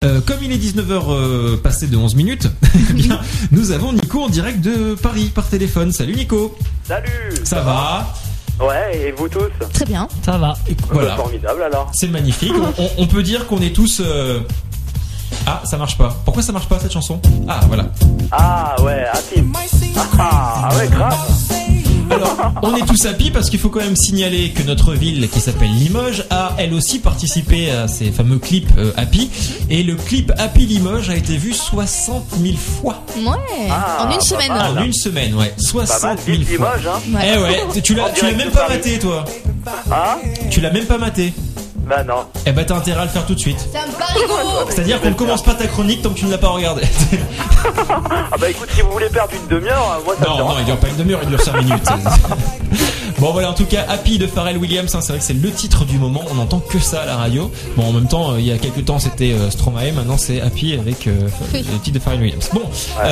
Comme il est 19h passé de 11 minutes, eh bien, nous avons Nico en direct de Paris par téléphone. Salut Nico. Salut. Ça va ? Ouais, et vous tous ? Très bien. Ça va. Voilà. Formidable alors. C'est magnifique. On peut dire qu'on est tous... Ah, ça marche pas. Pourquoi ça marche pas cette chanson ? Ah, voilà. Ah ouais, happy. Ah ouais, grave. Alors, on est tous happy parce qu'il faut quand même signaler que notre ville qui s'appelle Limoges a elle aussi participé à ces fameux clips Happy. Et le clip Happy Limoges a été vu 60 000 fois. Ouais, en une semaine. mal. En une semaine, ouais. 60 000 Vive fois. Limoges, hein. Ouais. Eh ouais, tu l'as même pas maté toi. Ah Tu l'as même pas maté. Bah non. Eh ben t'as intérêt à le faire tout de suite. Ça me paraît rigolo. C'est-à-dire qu'on ne commence pas ta chronique tant que tu ne l'as pas regardé. Ah bah écoute, si vous voulez perdre une demi-heure, moi ça me Non, dérange. il dure pas une demi-heure, il dure 5 minutes. Bon voilà, en tout cas, Happy de Pharrell Williams, hein, c'est vrai que c'est le titre du moment, on n'entend que ça à la radio. Bon, en même temps, il y a quelques temps c'était Stromae, maintenant c'est Happy avec le titre de Pharrell Williams. Bon,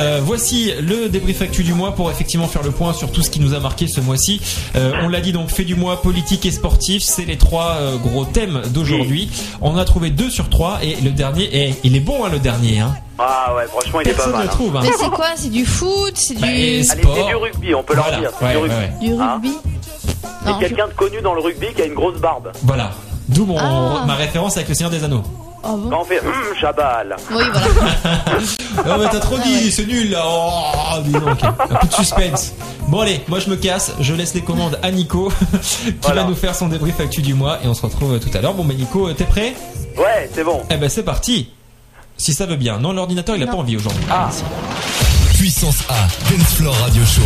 voici le débrief actu du mois pour effectivement faire le point sur tout ce qui nous a marqué ce mois-ci. On l'a dit donc, fait du mois, politique et sportif, c'est les trois gros thèmes d'aujourd'hui. On a trouvé 2 sur 3 et le dernier, il est bon hein, le dernier hein. Ah ouais, franchement il est pas Personne mal. ne trouve hein. Mais c'est quoi? C'est du foot? C'est du... Allez, sport. c'est du rugby, on peut leur dire. C'est Ouais, du ouais, rugby. ouais. Du rugby? C'est quelqu'un de connu dans le rugby qui a une grosse barbe. Voilà. D'où ma Ah. référence avec le Seigneur des Anneaux. Oh bon? Quand on fait Chabal. Oui, voilà. Oh mais t'as trop dit, c'est nul là. Oh, dis donc. Un peu de suspense. Bon allez, moi je me casse, je laisse les commandes à Nico qui Voilà. va nous faire son débrief actu du mois et on se retrouve tout à l'heure. Bon bah Nico, t'es prêt ? Ouais, c'est bon. Eh ben c'est parti. Si ça veut bien. Non, l'ordinateur il a pas envie aujourd'hui. Ah. Puissance A, Dance Floor Radio Show.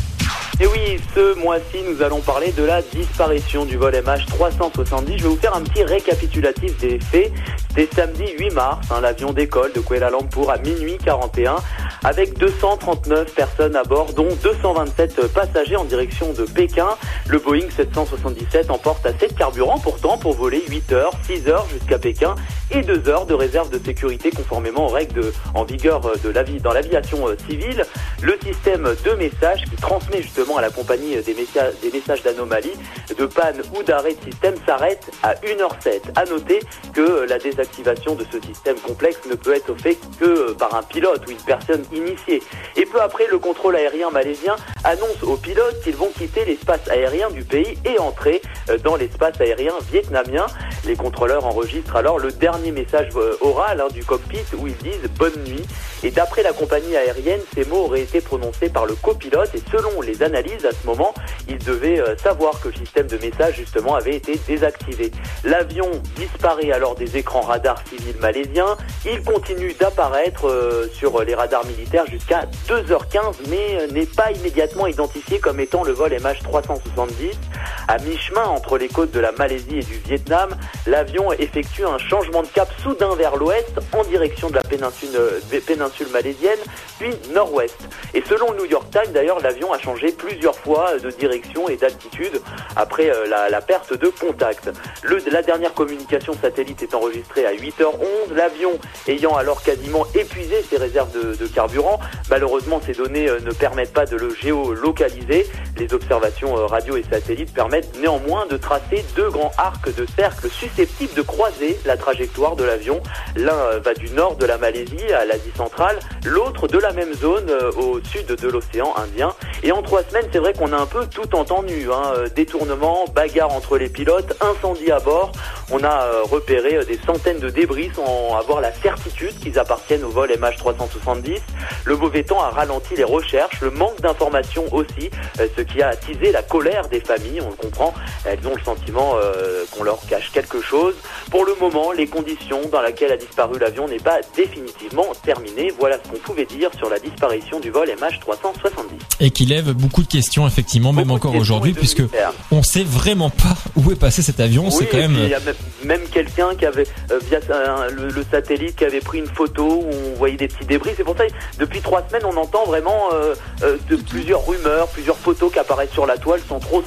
Et oui, ce mois-ci, nous allons parler de la disparition du vol MH370. Je vais vous faire un petit récapitulatif des faits. C'était samedi 8 mars, l'avion décolle de Kuala Lumpur à minuit 41 avec 239 personnes à bord, dont 227 passagers en direction de Pékin. Le Boeing 777 emporte assez de carburant pourtant pour voler 8 heures, 6 heures jusqu'à Pékin et 2 heures de réserve de sécurité conformément aux règles en vigueur dans l'aviation civile. Le système de messages qui transmet justement à la compagnie des messages d'anomalie, de panne ou d'arrêt de système s'arrête à 1h07. À noter que la désactivation de ce système complexe ne peut être faite que par un pilote ou une personne initiée. Et peu après, le contrôle aérien malaisien annonce aux pilotes qu'ils vont quitter l'espace aérien du pays et entrer dans l'espace aérien vietnamien. Les contrôleurs enregistrent alors le dernier message oral du cockpit où ils disent « bonne nuit ». Et d'après la compagnie aérienne, ces mots auraient été prononcés par le copilote et selon les analyses à ce moment, il devait savoir que le système de message justement avait été désactivé. L'avion disparaît alors des écrans radars civils malaisiens. Il continue d'apparaître sur les radars militaires jusqu'à 2h15 mais n'est pas immédiatement identifié comme étant le vol MH370. À mi-chemin entre les côtes de la Malaisie et du Vietnam, l'avion effectue un changement de cap soudain vers l'ouest en direction de la péninsule malaisienne, puis nord-ouest. Et selon le New York Times, d'ailleurs, l'avion a changé plusieurs fois de direction et d'altitude après la perte de contact. La dernière communication satellite est enregistrée à 8h11, l'avion ayant alors quasiment épuisé ses réserves de carburant. Malheureusement, ces données ne permettent pas de le géolocaliser. Les observations radio et satellites permettent néanmoins de tracer 2 grands arcs de cercle susceptibles de croiser la trajectoire de l'avion. L'un va du nord de la Malaisie à l'Asie centrale, l'autre de la même zone au sud de l'océan Indien. Et en 3 semaines, c'est vrai qu'on a un peu tout entendu, détournement, bagarre entre les pilotes, incendie à bord. On a repéré des centaines de débris sans avoir la certitude qu'ils appartiennent au vol MH370. Le mauvais temps a ralenti les recherches, le manque d'informations aussi, ce qui a attisé la colère des familles, on le comprend. Elles ont le sentiment qu'on leur cache quelque chose. Pour le moment, les conditions dans lesquelles a disparu l'avion n'est pas définitivement terminées. Voilà ce qu'on pouvait dire sur la disparition du vol MH370. Et qui lève beaucoup de questions effectivement, même encore aujourd'hui, puisque on sait vraiment pas où est passé cet avion. Oui, c'est quand même. Il y a même quelqu'un qui avait via le satellite qui avait pris une photo où on voyait des petits débris. C'est pour ça que depuis 3 semaines on entend vraiment de plusieurs rumeurs, plusieurs photos qui apparaissent sur la toile sans trop savoir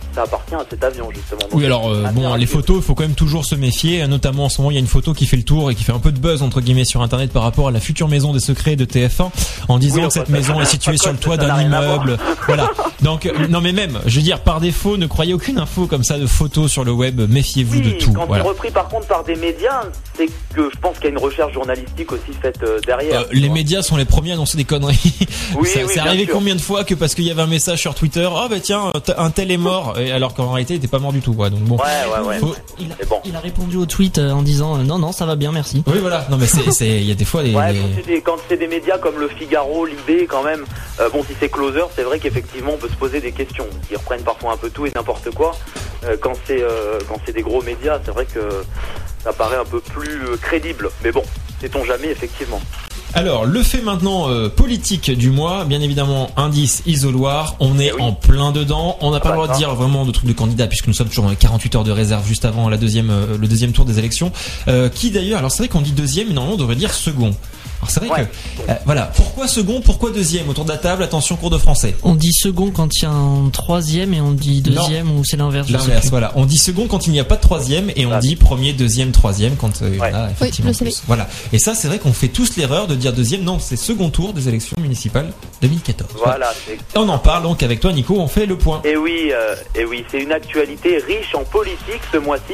ça appartient à cet avion justement. Donc, oui, alors les photos, il faut quand même toujours se méfier. Notamment en ce moment, il y a une photo qui fait le tour et qui fait un peu de buzz entre guillemets sur Internet par rapport à la future maison des secrets de TF1, en disant que cette maison est située sur le toit d'un immeuble. Voilà. Donc non, mais même, je veux dire, par défaut, ne croyez aucune info comme ça de photos sur le web. Méfiez-vous de tout. Quand c'est repris par contre par des médias, c'est que je pense qu'il y a une recherche journalistique aussi faite derrière. Les médias sont les premiers à annoncer des conneries. C'est arrivé sûr. Combien de fois que parce qu'il y avait un message sur Twitter, tiens, un tel est mort, et alors qu'en réalité il était pas mort du tout, quoi. Donc bon. Ouais. Il a répondu au tweet en disant non, ça va bien, merci. Oui, voilà. Non, mais il y a des fois quand c'est des médias comme le Figaro, Libé, quand même. Si c'est Closer, c'est vrai qu'effectivement on peut se poser des questions. Ils reprennent parfois un peu tout et n'importe quoi. Quand c'est des gros médias, c'est vrai que ça paraît un peu plus crédible. Mais bon, sait-on jamais, effectivement. Alors, le fait maintenant politique du mois, bien évidemment, indice isoloir, on est en plein dedans. On n'a pas le droit de dire vraiment de trucs de candidats puisque nous sommes toujours dans les 48 heures de réserve juste avant le deuxième tour des élections. Qui d'ailleurs, alors c'est vrai qu'on dit deuxième, mais normalement on devrait dire second. Alors c'est vrai que voilà, pourquoi second, pourquoi deuxième autour de la table? Attention, cours de français. On dit second quand il y a un troisième et on dit deuxième ou c'est l'inverse. L'inverse, voilà. On dit second quand il n'y a pas de troisième et on dit premier, deuxième, troisième quand effectivement. Voilà. Et ça, c'est vrai qu'on fait tous l'erreur de dire deuxième. Non, c'est second tour des élections municipales 2014. Voilà. On en parle donc avec toi, Nico. On fait le point. Et oui, c'est une actualité riche en politique ce mois-ci.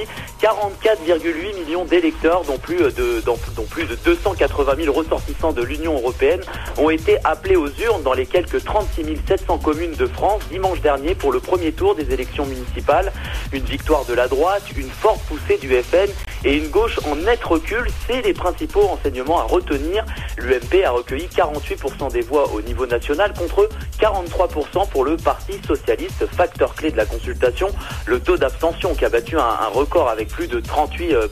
44,8 millions d'électeurs, dont plus de 280 000 ressortissants de l'Union européenne, ont été appelés aux urnes dans les quelques 36 700 communes de France dimanche dernier pour le premier tour des élections municipales. Une victoire de la droite, une forte poussée du FN et une gauche en net recul, c'est les principaux renseignements à retenir. L'UMP a recueilli 48% des voix au niveau national contre 43% pour le Parti socialiste. Facteur clé de la consultation, le taux d'abstention qui a battu un record avec plus de 38%.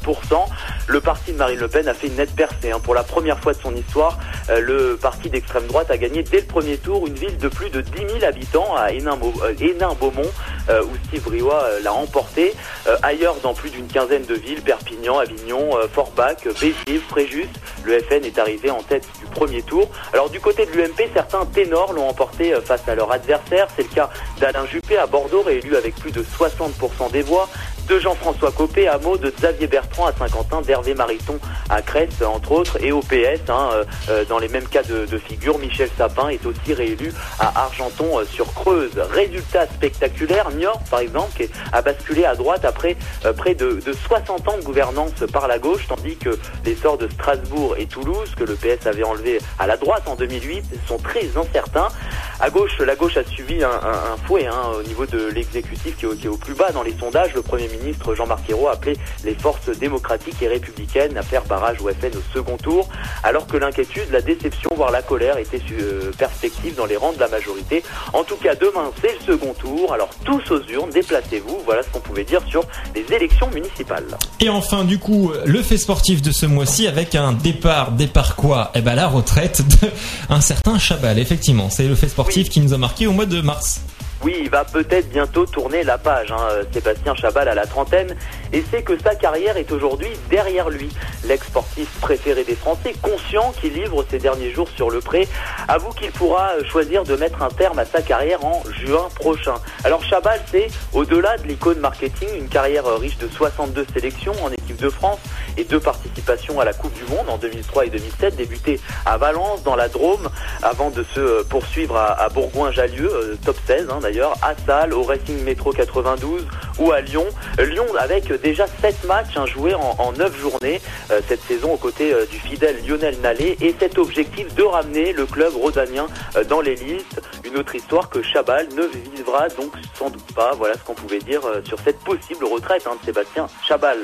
Le parti de Marine Le Pen a fait une nette percée. Pour la première fois de son histoire, le parti d'extrême droite a gagné dès le premier tour une ville de plus de 10 000 habitants à Hénin-Beaumont, où Steve Briouat l'a emporté. Ailleurs, dans plus d'une quinzaine de villes, Perpignan, Avignon, Forbach, Béziers, Fréjus, le FN est arrivé en tête du premier tour. Alors du côté de l'UMP, certains ténors l'ont emporté face à leur adversaire. C'est le cas d'Alain Juppé à Bordeaux, réélu avec plus de 60% des voix, de Jean-François Copé à Meaux, de Xavier Bertrand à Saint-Quentin, d'Hervé Mariton à Crest, entre autres, et au PS, dans les mêmes cas de figure, Michel Sapin est aussi réélu à Argenton-sur-Creuse. Résultat spectaculaire, Niort, par exemple, qui a basculé à droite après près de 60 ans de gouvernance par la gauche, tandis que les sorts de Strasbourg et Toulouse, que le PS avait enlevé à la droite en 2008, sont très incertains. À gauche, la gauche a subi un fouet au niveau de l'exécutif qui est au plus bas dans les sondages. Le Premier ministre Jean-Marc Ayrault a appelé les forces démocratiques et républicaines à faire barrage au FN au second tour, alors que l'inquiétude, la déception, voire la colère étaient perspective dans les rangs de la majorité. En tout cas, demain, c'est le second tour. Alors tous aux urnes, déplacez-vous. Voilà ce qu'on pouvait dire sur les élections municipales. Et enfin, du coup, le fait sportif de ce mois-ci avec un départ quoi ? La retraite d'un certain Chabal. Effectivement, c'est le fait sportif qui nous a marqué au mois de mars. Oui, il va peut-être bientôt tourner la page, Sébastien Chabal à la trentaine, et c'est que sa carrière est aujourd'hui derrière lui. L'ex-sportif préféré des Français, conscient qu'il livre ses derniers jours sur le pré, avoue qu'il pourra choisir de mettre un terme à sa carrière en juin prochain. Alors Chabal, c'est au-delà de l'icône marketing, une carrière riche de 62 sélections en équipe de France et 2 participations à la Coupe du Monde en 2003 et 2007, débuté à Valence, dans la Drôme, avant de se poursuivre à Bourgoin-Jallieu, top 16 d'ailleurs, à Salles, au Racing Métro 92 ou à Lyon. Lyon avec déjà 7 matchs joués en 9 journées cette saison aux côtés du fidèle Lionel Nallet, et cet objectif de ramener le club rhodanien dans les listes. Une autre histoire que Chabal ne vivra donc sans doute pas. Voilà ce qu'on pouvait dire sur cette possible retraite de Sébastien Chabal.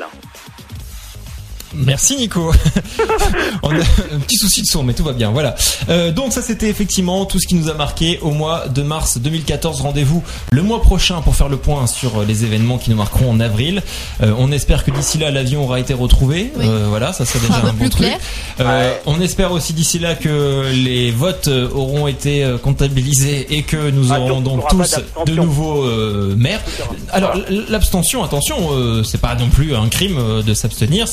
Merci Nico. On a un petit souci de son, mais tout va bien. Voilà. Donc ça, c'était effectivement tout ce qui nous a marqué au mois de mars 2014. Rendez-vous le mois prochain pour faire le point sur les événements qui nous marqueront en avril. On espère que d'ici là, l'avion aura été retrouvé. Oui. Voilà, ça serait déjà un bon truc. On espère aussi d'ici là que les votes auront été comptabilisés et que nous aurons donc tous de nouveaux maires. Alors l'abstention, attention, c'est pas non plus un crime de s'abstenir. C'est vrai que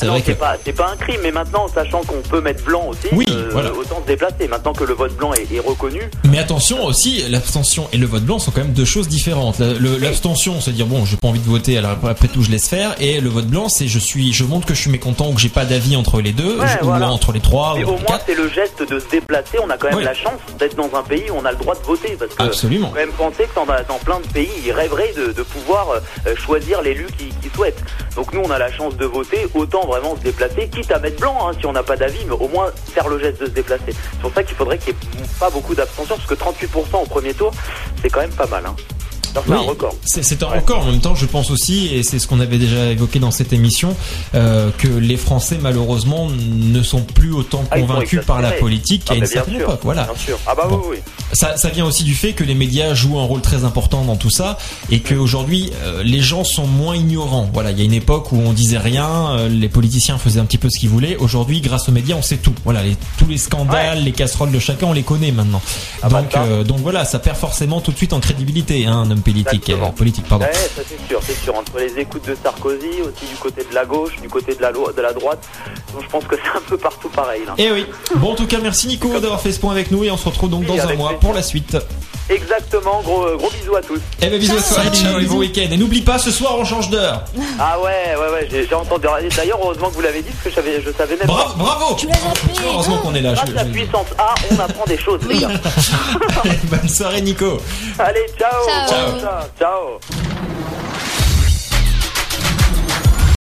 Bah, c'est pas un crime, mais maintenant, sachant qu'on peut mettre blanc aussi, Oui, voilà. autant se déplacer. Maintenant que le vote blanc est reconnu. Mais attention aussi, l'abstention et le vote blanc sont quand même deux choses différentes. L'abstention, c'est dire bon, j'ai pas envie de voter, alors après tout je laisse faire, et le vote blanc, c'est je montre que je suis mécontent ou que j'ai pas d'avis entre les deux, ou entre les trois. Mais ou au les moins quatre. c'est le geste de se déplacer. On a quand même Oui. la chance d'être dans un pays où on a le droit de voter, parce que Absolument. faut quand même penser que dans plein de pays, ils rêveraient de pouvoir choisir l'élu qu'ils souhaitent. Donc nous, on a la chance de voter, autant vraiment se déplacer, quitte à mettre blanc si on n'a pas d'avis, mais au moins faire le geste de se déplacer. C'est pour ça qu'il faudrait qu'il n'y ait pas beaucoup d'abstention, parce que 38% au premier tour, c'est quand même pas mal. C'est un record. C'est un record. En même temps, je pense aussi, et c'est ce qu'on avait déjà évoqué dans cette émission, que les Français, malheureusement, ne sont plus autant convaincus par la politique qu'à une certaine époque. Voilà. Bien sûr. Ah bah bon. oui. Ça vient aussi du fait que les médias jouent un rôle très important dans tout ça, et qu'aujourd'hui, les gens sont moins ignorants. Voilà, il y a une époque où on disait rien, les politiciens faisaient un petit peu ce qu'ils voulaient. Aujourd'hui, grâce aux médias, on sait tout. Voilà, tous les scandales, les casseroles de chacun, on les connaît maintenant. Donc voilà, ça perd forcément tout de suite en crédibilité, un homme politique. Pardon. Ouais, ça c'est sûr. Entre les écoutes de Sarkozy, aussi du côté de la gauche, du côté de la droite, donc je pense que c'est un peu partout pareil. Là. Et oui. Bon, en tout cas, merci Nico d'avoir fait ce point avec nous, et on se retrouve donc dans un mois pour la suite. Exactement, gros bisous à tous. Eh ben bisous à toi, ciao et bon week-end. Et n'oublie pas, ce soir on change d'heure. Ah ouais, j'ai entendu. D'ailleurs, heureusement que vous l'avez dit, parce que je savais même pas. Bravo. Tu l'as zappé. Heureusement qu'on est là. Grâce à la puissance A, on apprend des choses. Oui. Bonne soirée Nico. Allez, ciao. Ciao. Ciao.